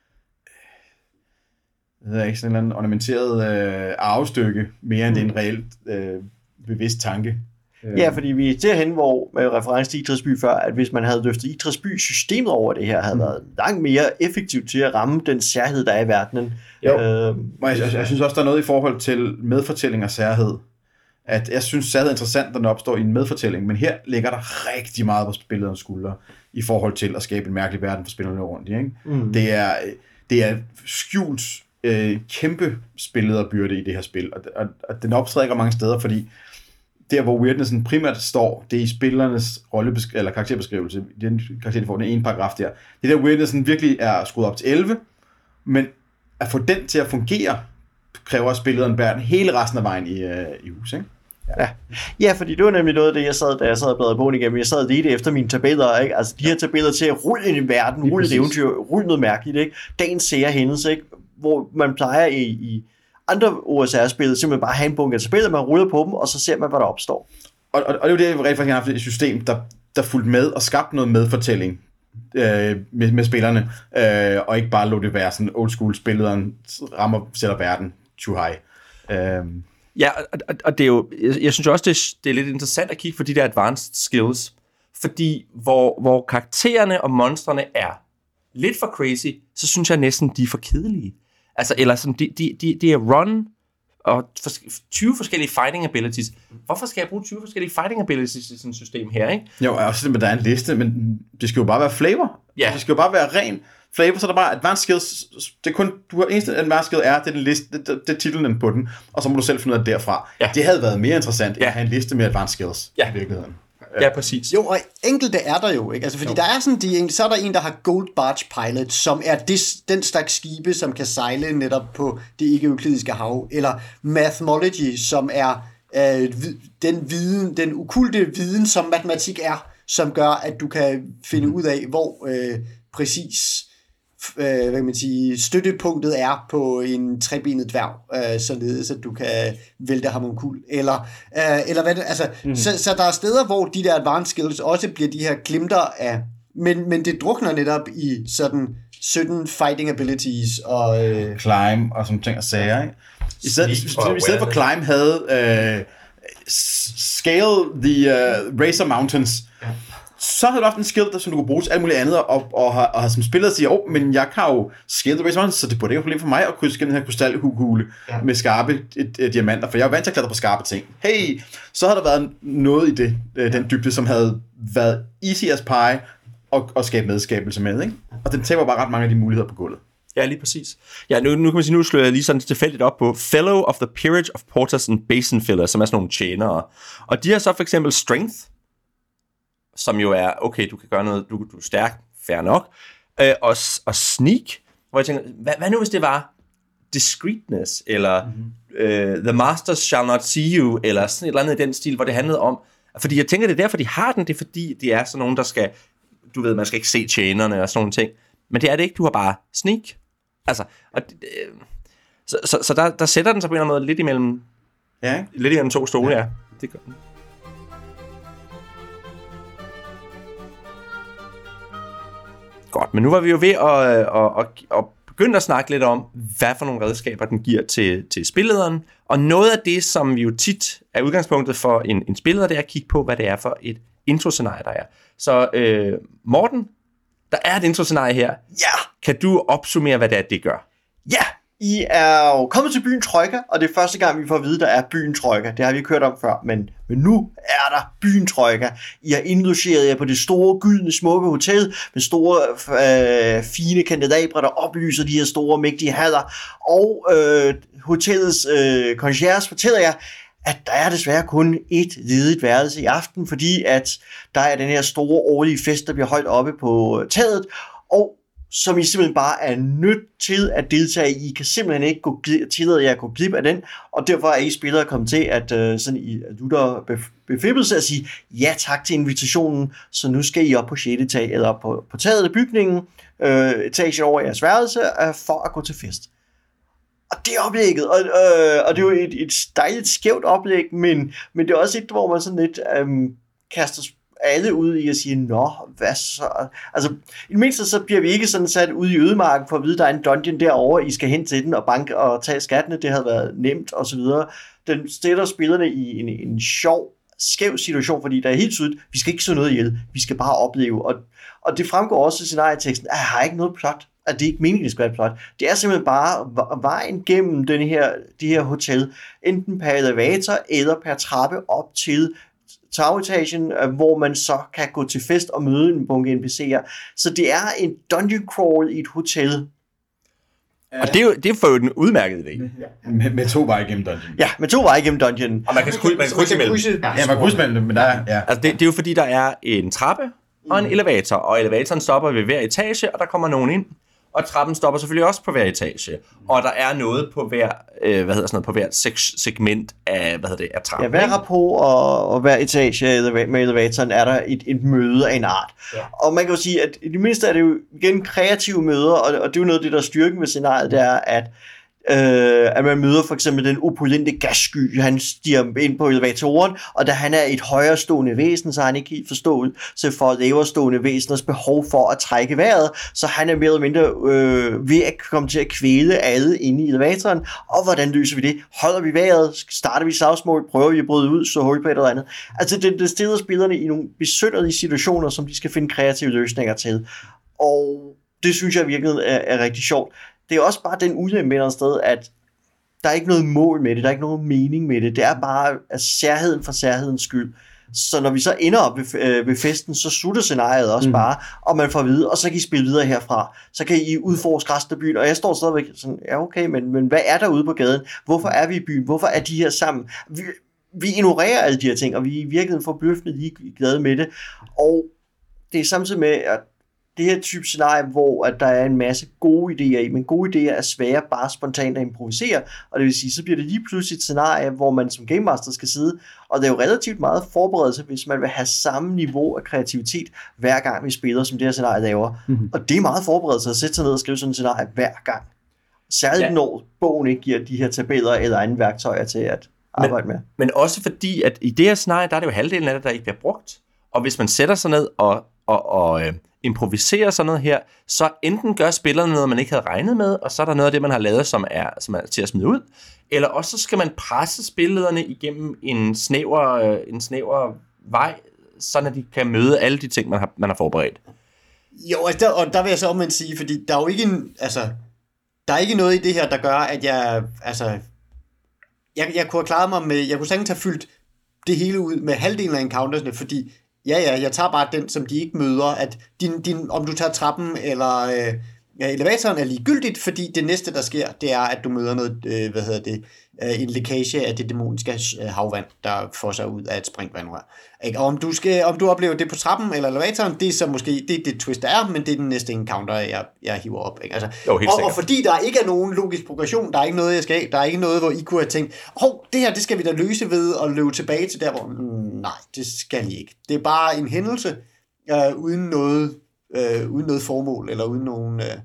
jeg ved ikke, sådan en eller anden ornamenteret øh, arvestykke, mere end mm. en reelt øh, bevidst tanke. Ja, fordi vi er derhen, hvor med reference til Idrætsby før, at hvis man havde løftet Idrætsby systemet over det her, havde mm. været langt mere effektivt til at ramme den særhed, der er i verdenen. Jo, øh, jeg, jeg, jeg synes også, der er noget i forhold til medfortælling og særhed. At jeg synes, særhed er interessant, når den opstår i en medfortælling, men her ligger der rigtig meget på spillerens skuldre i forhold til at skabe en mærkelig verden for spillerne rundt i. Ikke? Mm. Det er, det er skjult øh, kæmpe spillederbyrde i det her spil, og, og, og den optræder ikke mange steder, fordi der, hvor weirdnessen primært står, det er i spillernes rollebesk- eller karakterbeskrivelse, den karakter, de får, den ene paragraf der. Det der weirdnessen virkelig er skruet op til elleve, men at få den til at fungere, kræver spilleren bærer den hele resten af vejen i, øh, i hus, ikke? Ja. Ja. Ja, fordi det var nemlig noget af det, jeg sad, da jeg sad og bladrede bogen igennem. Jeg sad lidt efter mine tabeller, ikke? Altså de her tabeller til at rulle ind i verden, rulle et eventyr, rulle noget mærkeligt, ikke? Dagens sære hændelse, ikke? Hvor man plejer i, i andre O S R-spil simpelthen bare have en bunke af tabeller, man ruller på dem, og så ser man, hvad der opstår. Og, og, og det er jo det, jeg rigtig faktisk har haft et system, der, der fulgte med og skabte noget medfortælling øh, med, med spillerne, øh, og ikke bare lå det være sådan old school spilleren rammer, sætter verden too high. Øh. Ja, og, og det er jo, jeg, jeg synes også, det er, det er lidt interessant at kigge på de der advanced skills, fordi hvor, hvor karaktererne og monstrene er lidt for crazy, så synes jeg næsten, de er for kedelige. Altså, eller sådan, de, de, de, de er run og tyve forskellige fighting abilities. Hvorfor skal jeg bruge tyve forskellige fighting abilities i sådan et system her, ikke? Jo, også det, der er en liste, men det skal jo bare være flavor. Ja. Det skal jo bare være ren flavor, så er der bare advanced skills. Det er kun, du har eneste advanced skill er, det er den liste, det, det, det er titlen på den, og så må du selv finde ud af det derfra. Ja. Det havde været mere interessant, ja. End at have en liste med advanced skills ja. I virkeligheden. Ja, præcis. Jo, og enkelte er der jo, ikke? Altså, fordi jo. Der er sådan, de, så er der en, der har Gold Barge Pilot, som er des, den slags skibe, som kan sejle netop på det ikke-euklidiske hav, eller Mathemology, som er øh, den viden, den okulte viden, som matematik er, som gør, at du kan finde ud af, hvor øh, præcis øh, hvad kan man sige, støttepunktet er på en trebenet dværg, øh, således at du kan vælte ham omkuld, eller, øh, eller hvad det, altså, mm. så, så der er steder, hvor de der advanced skills også bliver de her glimter af, men, men det drukner netop i sådan sytten fighting abilities og øh, climb og sådan ting og sager, ikke? I stedet, i stedet for climb havde øh, scale the uh, Razor Mountains, så havde du haft en skill, der, som du kunne bruge til alt muligt andet, og, og, og, har, og har som spiller sige, åh, oh, men jeg kan jo scale the race, så det burde ikke være et problem for mig at krydse gennem den her krystalkugle ja. med skarpe et, et, diamanter, for jeg er vant til at klatre på skarpe ting. Hey, så har der været noget i det, øh, den dybde, som havde været easy as pie, og, og skabe medskabelse med, ikke? Og den taber bare ret mange af de muligheder på gulvet. Ja, lige præcis. Ja, nu, nu kan man sige, nu slår jeg lige sådan tilfældigt op på Fellow of the Peerage of Porters and Basin Fillers, som er sådan nogle tjenere. Og de har så for eksempel Strength, som jo er, okay, du kan gøre noget, du, du er stærk, fair nok, øh, og, og Sneak, hvor jeg tænker, hvad, hvad nu hvis det var Discreetness, eller mm-hmm. øh, The Masters Shall Not See You, eller sådan et eller andet i den stil, hvor det handlede om, fordi jeg tænker, det er derfor, de har den, det er fordi, de er sådan nogen, der skal, du ved, man skal ikke se tjenerne og sådan nogle ting, men det er det ikke, du har bare Sneak. Altså, og, øh, så, så, så der, der sætter den sig på en eller anden måde lidt imellem, ja. lidt imellem to stole, ja. ja. Det gør den. Godt, men nu var vi jo ved at, at, at, at begynde at snakke lidt om, hvad for nogle redskaber den giver til, til spillederen, og noget af det, som jo tit er udgangspunktet for en, en spilleder, det er at kigge på, hvad det er for et intro-scenarie, der er. Så øh, Morten, der er et intro-scenarie her. Ja! Kan du opsummere, hvad det er, det gør? Ja! I er jo kommet til byen Troika, og det er første gang, vi får at vide, der er byen Troika. Det har vi kørt om før, men, men nu er der byen Troika. I har indlogeret jer på det store, gyldne, smukke hotel med store, øh, fine kandelabrer, der oplyser de her store, mægtige haller. Og øh, hotellets øh, concierge fortæller jer, at der er desværre kun et ledigt værelse i aften, fordi at der er den her store årlige fest, der bliver holdt oppe på taget, og som I simpelthen bare er nødt til at deltage i. I kan simpelthen ikke gå tillade jer at gå glip af den, og derfor er I spillere kommet til at uh, sådan I lutter befippelse at sige ja tak til invitationen, så nu skal I op på sjette etage, eller op på, på taget af bygningen, uh, etagen over jeres værelse, uh, for at gå til fest. Og det er oplægget, og, øh, og det er jo et, et dejligt skævt oplæg, men, men det er også et, hvor man sådan lidt øhm, kaster alle ud i at sige, nå, hvad så? Altså, i det mindste så bliver vi ikke sådan sat ud i ødemarken for at vide, at der er en dungeon derovre, I skal hen til den og banke og tage skattene, det havde været nemt og så videre. Den stiller spillerne i en, en sjov, skæv situation, fordi der er helt tydeligt, vi skal ikke så noget ihjel, vi skal bare opleve, og, og det fremgår også i scenarieteksten, at jeg har ikke noget plot, at det ikke meningen, det skal være et plot. Det er simpelthen bare vejen gennem den her, det her hotel, enten per elevator eller per trappe op til tagetagen, hvor man så kan gå til fest og møde en bunke N P C'er. Så det er en dungeon crawl i et hotel. Og det er jo, det er for jo den udmærkede idé. Med, med to veje gennem dungeon. Ja, med to veje gennem dungeon. Og man kan krydse man kan imellem. Ja, man kan krydse imellem, men der er... Ja. Altså det, det er jo fordi, der er en trappe og en elevator, og elevatoren stopper ved hver etage, og der kommer nogen ind. Og trappen stopper selvfølgelig også på hver etage. Og der er noget på hver, øh, hvad hedder sådan noget, på hvert seg- segment af, hvad hedder det, af trappen. Ja, hver rapport og, og hver etage med elevatoren er der et, et møde af en art. Ja. Og man kan jo sige, at i det mindste er det jo igen kreative møder, og, og det er jo noget af det, der er styrken ved scenariet, det er, at Øh, at man møder for eksempel den opulente gassky, han stiger ind på elevatoren, og da han er et højere stående væsen, så har han ikke helt forståelse for lavere stående væseners behov for at trække vejret, så han er mere eller mindre øh, ved at komme til at kvæle alle inde i elevatoren. Og hvordan løser vi det? Holder vi vejret? Starter vi slagsmål? Prøver vi at bryde ud? Så hul på et eller andet? Altså det, det stiller spillerne i nogle besynderlige situationer, som de skal finde kreative løsninger til, og det synes jeg virkelig er, er rigtig sjovt. Det er også bare den ulempe et sted, at der er ikke noget mål med det, der er ikke nogen mening med det. Det er bare at særheden for særhedens skyld. Så når vi så ender op ved, øh, ved festen, så slutter scenariet også mm. bare, og man får at vide, og så kan I spille videre herfra. Så kan I udforske resten af byen, og jeg står stadigvæk sådan, ja okay, men, men hvad er der ude på gaden? Hvorfor er vi i byen? Hvorfor er de her sammen? Vi, vi ignorerer alle de her ting, og vi er i virkeligheden forbløffende ligeglade med det. Og det er samtidig med, at det her type scenarie, hvor at der er en masse gode idéer i, men gode idéer er svære bare spontant at improvisere, og det vil sige, så bliver det lige pludselig et scenarie, hvor man som Game Master skal sidde, og det er jo relativt meget forberedelse, hvis man vil have samme niveau af kreativitet, hver gang vi spiller, som det her scenarie laver. Mm-hmm. Og det er meget forberedelse at sætte sig ned og skrive sådan et scenarie hver gang. Særligt ja. Når bogen ikke giver de her tabeller eller andre værktøjer til at arbejde men, med. Men også fordi, at i det her scenarie, der er det jo halvdelen af det, der ikke bliver brugt. Og hvis man sætter sig ned og, og, og øh, improviserer sådan noget her, så enten gør spillerne noget, man ikke havde regnet med, og så er der noget af det, man har lavet, som er, som er til at smide ud, eller også så skal man presse spillederne igennem en snæver, øh, en snæver vej, sådan at de kan møde alle de ting, man har, man har forberedt. Jo, altså der, og der vil jeg så omvendt sige, fordi der er jo ikke en, altså, der er ikke noget i det her, der gør, at jeg, altså, jeg, jeg kunne have klaret mig med, jeg kunne sagtens have fyldt det hele ud med halvdelen af encountersne, fordi, ja, ja, jeg tager bare den, som de ikke møder, at din, din, om du tager trappen eller øh, ja, elevatoren er ligegyldigt, fordi det næste, der sker, det er, at du møder noget, øh, hvad hedder det, øh, en lækage af det dæmoniske øh, havvand, der får sig ud af et springvandrør. Ikke? Og om du, skal, om du oplever det på trappen eller elevatoren, det er så måske, det er det twist, der er, men det er den næste encounter, jeg, jeg hiver op. Ikke? Altså, jo, helt og, og fordi der ikke er nogen logisk progression, der er ikke noget, jeg skal, der er ikke noget, hvor I kunne have tænkt, åh, oh, det her, det skal vi da løse ved at løbe tilbage til der, hvor, mm, nej, det skal I ikke. Det er bare en hændelse, øh, uden noget, øh, uden noget formål, eller uden nogen, øh,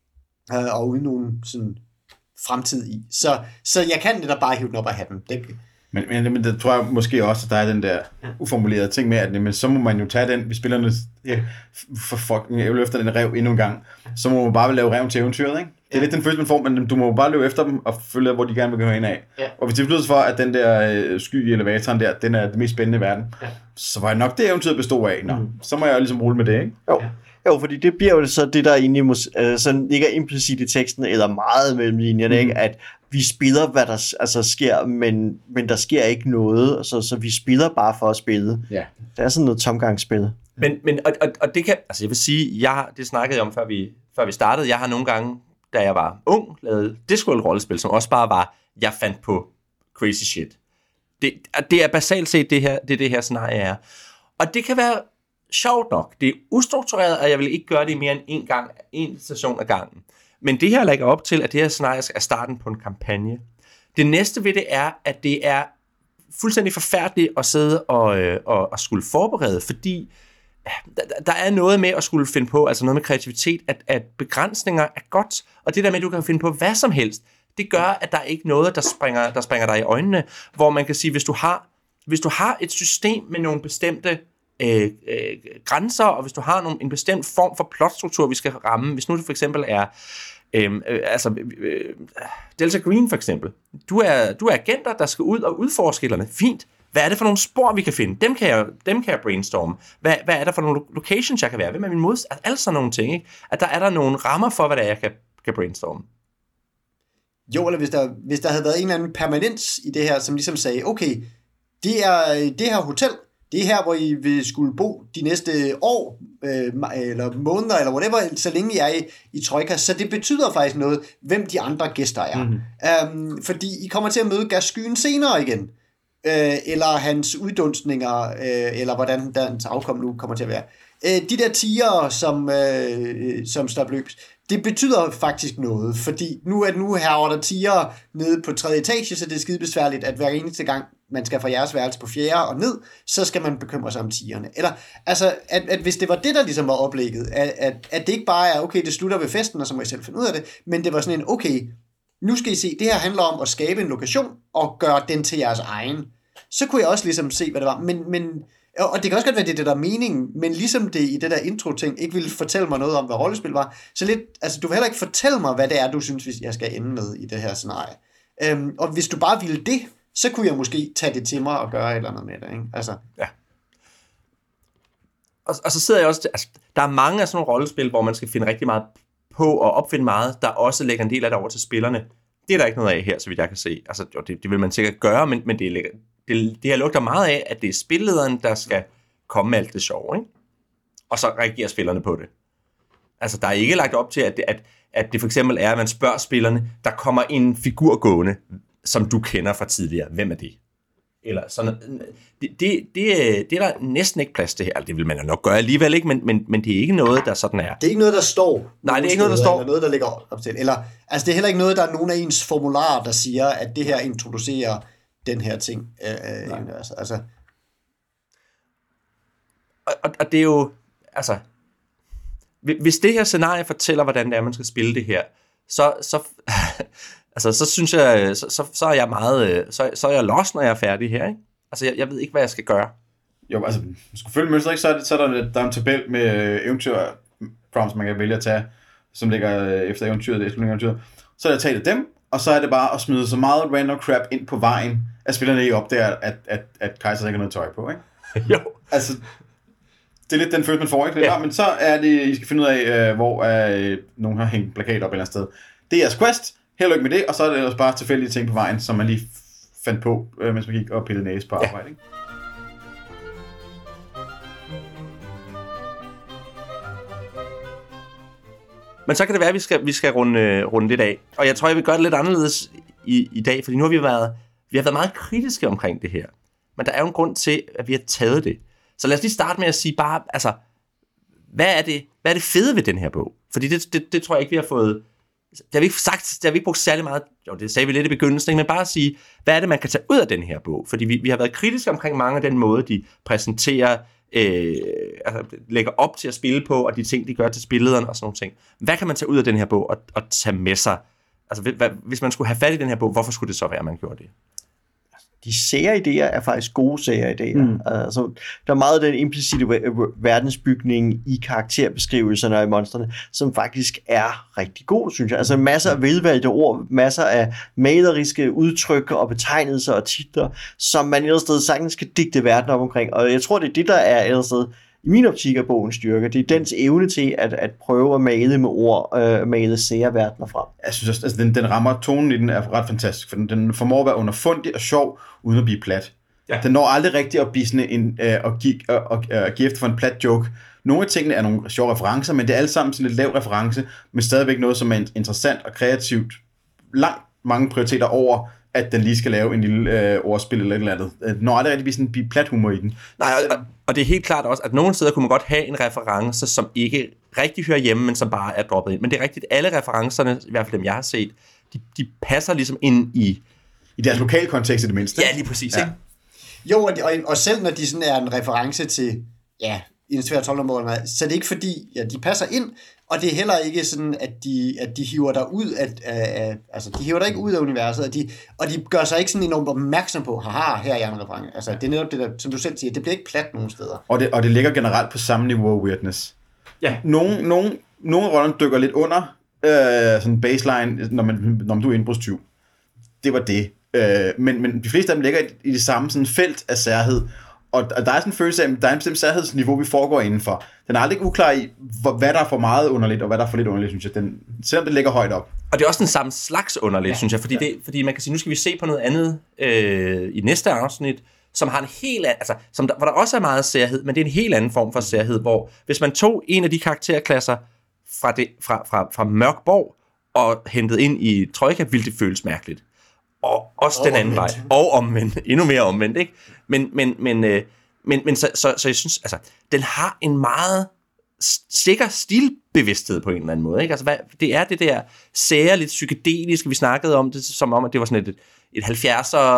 øh, og uden nogen sådan fremtid i. Så, så jeg kan det da bare hive den op af hatten. Det, Men, men, men det tror jeg måske også, at der er den der uformulerede ting med, at men så må man jo tage den, hvis spillerne ja, for fucking jeg vil efter den rev endnu en gang, så må man bare lave reven til eventyret, ikke? Det er ja. lidt den følelse, man får, men du må bare løbe efter dem og følge, hvor de gerne vil gå ind af. Ja. Og hvis det betyder for, at den der øh, sky i elevatoren der, den er det mest spændende i verden, ja. så var det nok det eventyret bestod af. Nå, mm. så må jeg jo ligesom rulle med det, ikke? Jo. Ja. Jo, fordi det bliver jo så det, der egentlig mås- øh, sådan ikke er implicit i teksten, eller meget mellem linjerne, mm. ikke? At vi spiller, hvad der altså, sker, men, men der sker ikke noget, så, så vi spiller bare for at spille. Ja. Det er sådan noget tomgangsspil. Men, men og, og, og det kan, altså jeg vil sige, jeg har, det snakkede jeg om, før vi, før vi startede, jeg har nogle gange, da jeg var ung, lavet Discworld-rollespil, som også bare var, jeg fandt på crazy shit. Det, det er basalt set det her, det, det her scenarie er. Og det kan være sjovt nok. Det er ustruktureret, og jeg vil ikke gøre det mere end en gang, en station ad gangen. Men det her lægger op til, at det her scenarie er starten på en kampagne. Det næste ved det er, at det er fuldstændig forfærdeligt at sidde og, øh, og, og skulle forberede, fordi der, der er noget med at skulle finde på, altså noget med kreativitet, at, at begrænsninger er godt, og det der med, at du kan finde på hvad som helst, det gør, at der er ikke noget, der springer, der springer dig i øjnene, hvor man kan sige, hvis du har, hvis du har et system med nogle bestemte Øh, øh, grænser, og hvis du har nogle, en bestemt form for plotstruktur, vi skal ramme, hvis nu det for eksempel er øh, øh, altså øh, Delta Green for eksempel, du er, du er agenter, der skal ud og udforske skillerne, fint, hvad er det for nogle spor, vi kan finde, dem kan jeg, dem kan jeg brainstorme, hvad, hvad er der for nogle locations, jeg kan være, hvem er min modst, alle sådan nogle ting, ikke? At der er der nogle rammer for, hvad det er, jeg kan, kan brainstorme. Jo, eller hvis der, hvis der havde været en eller anden permanens i det her, som ligesom sagde, okay, det er det her hotel, det er her, hvor I vil skulle bo de næste år, øh, eller måneder, eller whatever, så længe I er i, i Troika. Så det betyder faktisk noget, hvem de andre gæster er. Mm-hmm. Um, fordi I kommer til at møde Gaskyen senere igen. Øh, eller hans uddunstninger, øh, eller hvordan hans afkom nu kommer til at være. Øh, de der tiger, som, øh, som står løbs, det betyder faktisk noget, fordi nu er nu her der tiger nede på tredje etage, så det er skide besværligt, at hver eneste gang, man skal fra jeres værelse på fjerde og ned, så skal man bekymre sig om tigerne. Eller, altså, at, at hvis det var det, der ligesom var oplægget, at, at, at det ikke bare er, okay, det slutter ved festen, og så må I selv finde ud af det, men det var sådan en, okay, nu skal I se, det her handler om at skabe en lokation, og gøre den til jeres egen. Så kunne jeg også ligesom se, hvad det var, men, men og det kan også godt være, det er det, der er meningen, men ligesom det i det der intro-ting ikke ville fortælle mig noget om, hvad rollespil var, så lidt, altså du vil heller ikke fortælle mig, hvad det er, du synes, jeg skal ende med i det her scenarie. Øhm, og hvis du bare ville det, så kunne jeg måske tage det til mig og gøre et eller andet med det, ikke? Altså. Ja. Og, og så sidder jeg også, altså, der er mange af sådan nogle rollespil, hvor man skal finde rigtig meget på og opfinde meget, der også lægger en del af det over til spillerne. Det er der ikke noget af her, så vidt jeg kan se. Altså, jo, det, det vil man sikkert gøre, men, men det, lægger, det, det her lugter meget af, at det er spillederen, der skal komme med alt det sjove, ikke? Og så reagerer spillerne på det. Altså, der er ikke lagt op til, at det, at, at det for eksempel er, at man spørger spillerne, der kommer en figur gående, som du kender fra tidligere. Hvem er det? Eller sådan, det, det, det, det er der næsten ikke plads til her. Det vil man jo nok gøre alligevel ikke, men, men, men det er ikke noget, der sådan er. Det er ikke noget, der står. Nej, det er ikke noget, der står. Eller noget, der ligger op til. Eller, altså, det er heller ikke noget, der er nogen af ens formularer, der siger, at det her introducerer den her ting. Øh, altså. Og, og, og det er jo, altså, hvis det her scenarie fortæller, hvordan det er, man skal spille det her, så, så, altså, så synes jeg, så, så, så er jeg meget, så, så er jeg lost, når jeg er færdig her, ikke? Altså, jeg, jeg ved ikke, hvad jeg skal gøre. Jo, altså, man skal følge mønster, ikke? Så er, det, så er der, der er en tabel med eventyr prompts, man kan vælge at tage, som ligger efter eventyret, det er eventyret. Så er det at tage dem, og så er det bare at smide så meget random crap ind på vejen, at spillerne ikke opdager, at, at, at Kaiser ikke har noget tøj på, ikke? Jo. Altså, det er lidt den følelse, man får, ikke? Ja. Men så er det, I skal finde ud af, øh, hvor øh, nogen har hængt plakat op et eller andet sted. Det er jeres quest. Held og lykke med det, og så er det ellers bare tilfældige ting på vejen, som man lige fandt på, øh, mens man gik og pillede næse på arbejde, ja. Ikke? Men så kan det være, at vi skal, vi skal runde, runde lidt af. Og jeg tror, jeg vil gøre det lidt anderledes i, i dag, fordi nu har vi været, vi har været meget kritiske omkring det her. Men der er jo en grund til, at vi har taget det. Så lad os lige starte med at sige bare, altså, hvad er det, hvad er det fede ved den her bog? Fordi det, det, det tror jeg ikke, vi har fået... Det har vi ikke sagt, det har vi ikke brugt særlig meget, jo, det sagde vi lidt i begyndelsen, men bare at sige, hvad er det, man kan tage ud af den her bog? Fordi vi, vi har været kritiske omkring mange af den måde, de præsenterer, øh, altså lægger op til at spille på, og de ting, de gør til spillederen og sådan nogle ting. Hvad kan man tage ud af den her bog og, og tage med sig? Altså, hvis man skulle have fat i den her bog, hvorfor skulle det så være, at man gjorde det? De sære idéer er faktisk gode sære idéer. Mm. Altså, der er meget af den implicite verdensbygning i karakterbeskrivelserne af monsterne, som faktisk er rigtig god, synes jeg. Altså masser af velvalgte ord, masser af maleriske udtryk og betegnelser og titler, som man et eller andet sted sagtens kan digte verden op omkring. Og jeg tror, det er det, der er et eller andet sted i min optik af bogens styrke. Det er dens evne til at, at prøve at male med ord, øh, male sære verdener frem. Jeg synes også, altså den, den rammer, tonen i den er ret fantastisk, for den, den formår at være underfundig og sjov, uden at blive plat. Ja. Den når aldrig rigtigt at blive sådan en, øh, og give, øh, og, øh, give efter for en plat joke. Nogle af tingene er nogle sjove referencer, men det er alle sammen sådan lidt lav reference, men stadigvæk noget, som er interessant og kreativt. Langt mange prioriteter over, at den lige skal lave en lille øh, ordspil eller et eller andet. Den når aldrig rigtig blive sådan en plat humor i den. Nej, og, og det er helt klart også, at nogle steder kunne man godt have en reference, som ikke rigtig hører hjemme, men som bare er droppet ind. Men det er rigtigt, alle referencerne, i hvert fald dem jeg har set, de, de passer ligesom ind i... I deres lokale kontekst i det mindste. Ja, lige præcis, ja. Ikke? Jo, og, og, og selv når de sådan er en reference til, ja, i en svær tolv-mål, så det er ikke fordi, ja, de passer ind, og det er heller ikke sådan, at de, at de hiver dig ud af, af, altså de hiver dig ikke ud af universet, og de, og de gør sig ikke sådan enormt opmærksom på, haha, her er en reference. Altså, det er netop det der, som du selv siger, det bliver ikke plat nogen steder. Og det, og det ligger generelt på samme niveau af weirdness. Ja. Nogle, nogle, nogle roller dykker lidt under, øh, sådan baseline, når man, når man du er indbrudstyv. Det var det. Øh, men, men de fleste af dem ligger i, i det samme sådan felt af særhed. Og der er sådan en følelse af, at der er en bestemt særhedsniveau, vi foregår indenfor. Den er aldrig uklar i, hvad der er for meget underligt, og hvad der er for lidt underligt, synes jeg. Den, selvom det ligger højt op. Og det er også den samme slags underligt, ja. Synes jeg. Fordi, ja. det, fordi man kan sige, nu skal vi se på noget andet øh, i næste afsnit, som har en helt anden, altså, som der, hvor der også er meget særhed, men det er en helt anden form for særhed, hvor hvis man tog en af de karakterklasser fra, det, fra, fra, fra Mørkborg og hentede ind i Troika, ville det føles mærkeligt. Og også og den anden omvendt. Vej. Og omvendt. Endnu mere omvendt, ikke? Men, men, men, øh, men, men så, så, så jeg synes, altså, den har en meget sikker stilbevidsthed på en eller anden måde, ikke? Altså, hvad, det er det der sære, lidt psykedeliske, vi snakkede om det, som om, at det var sådan et, et halvfjerdser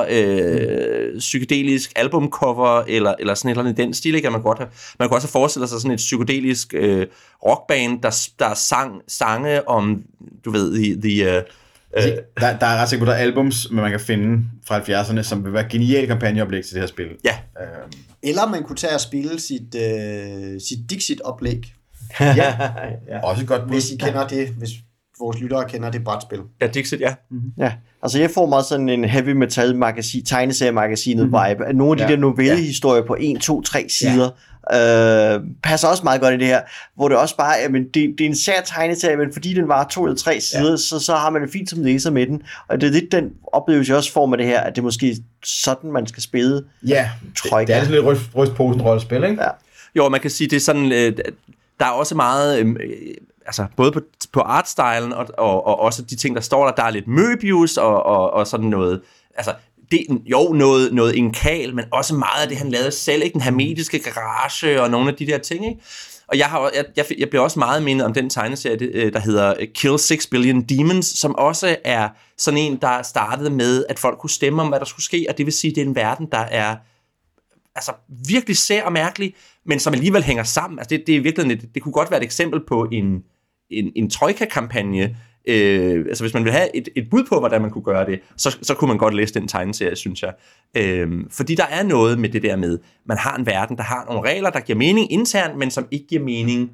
øh, psykedelisk albumcover, eller, eller sådan et eller andet i den stil, ikke? Man, godt have, man kunne også have forestillet sig sådan et psykedelisk øh, rockband, der, der sang sange om, du ved, the... the uh, Altså, der, der er ret sikkert på, der er albums, man kan finde fra halvfjerdserne, som vil være geniale kampagneoplæg til det her spil. Ja. Øhm. Eller man kunne tage og spille sit, øh, sit Dixit-oplæg. Ja. Ja. Også godt. Hvis I kender det, hvis vores lyttere kender det brætspil. Ja, Dixit, ja. Mm-hmm. Ja, altså jeg får meget sådan en heavy metal magasin, tegneseriemagasinet mm-hmm. vibe. Nogle af de ja. der novellehistorier på en, to, tre sider. Ja. Øh, passer også meget godt i det her, hvor det også bare, jamen, det, det er en sær tegneserie, men fordi den var to eller tre sider, ja. så, så har man det fint som læser med den, og det er lidt den oplevelse, jeg også får med det her, at det er måske sådan, man skal spille. Ja, det, det er sådan lidt ryst, rystposen rollespil, ikke? Ja. Jo, man kan sige, det er sådan, øh, der er også meget, øh, altså både på, på artstylen, og, og, og også de ting, der står der, der er lidt Möbius, og, og, og sådan noget, altså, det, jo, noget, noget inkal, men også meget af det, han lavede selv, ikke? Den hermetiske garage og nogle af de der ting, ikke? Og jeg, har, jeg, jeg, jeg bliver også meget mindet om den tegneserie, der hedder Kill Six Billion Demons, som også er sådan en, der startede med, at folk kunne stemme om, hvad der skulle ske, og det vil sige, at det er en verden, der er altså virkelig sær og mærkelig, men som alligevel hænger sammen. Altså det, det, er virkelig et, det kunne godt være et eksempel på en, en, en Troika-kampagne. Øh, altså hvis man vil have et, et bud på, hvordan man kunne gøre det, så, så kunne man godt læse den tegneserie, synes jeg. Øh, fordi der er noget med det der med, man har en verden, der har nogle regler, der giver mening internt, men som ikke giver mening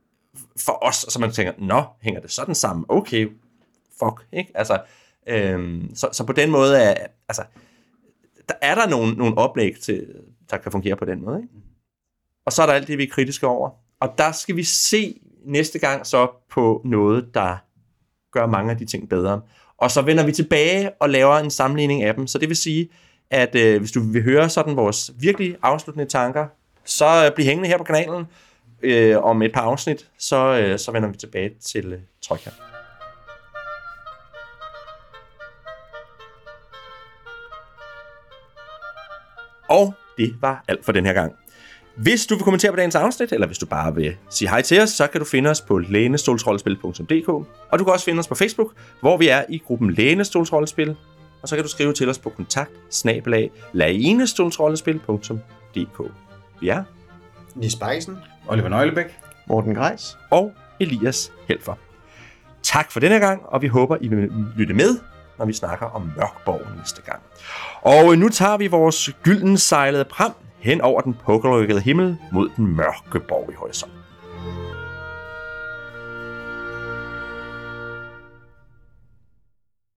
for os, så man tænker, nå, hænger det sådan sammen? Okay, fuck, ikke? Altså, øh, så, så på den måde er, altså, der er der nogle, nogle oplæg til, der kan fungere på den måde, ikke? Og så er der alt det, vi er kritiske over. Og der skal vi se næste gang så på noget, der gør mange af de ting bedre. Og så vender vi tilbage og laver en sammenligning af dem. Så det vil sige, at øh, hvis du vil høre sådan vores virkelig afsluttende tanker, så øh, bliv hængende her på kanalen. Øh, om et par afsnit, så, øh, så vender vi tilbage til øh, Troika. Og det var alt for den her gang. Hvis du vil kommentere på dagens afsnit, eller hvis du bare vil sige hej til os, så kan du finde os på lænestolsrollespil punktum d k, og du kan også finde os på Facebook, hvor vi er i gruppen Lænestolsrollespil, og så kan du skrive til os på kontakt snabel-a lænestolsrollespil punktum d k. Vi er Nis Bejsen, Oliver Nøglebæk, Morten Greis og Elias Helfer. Tak for denne gang, og vi håber, I vil lytte med, når vi snakker om Mørkborg næste gang. Og nu tager vi vores gyldensejlede pram hen over den pukkelrykkede himmel mod den mørke borg i horisonten.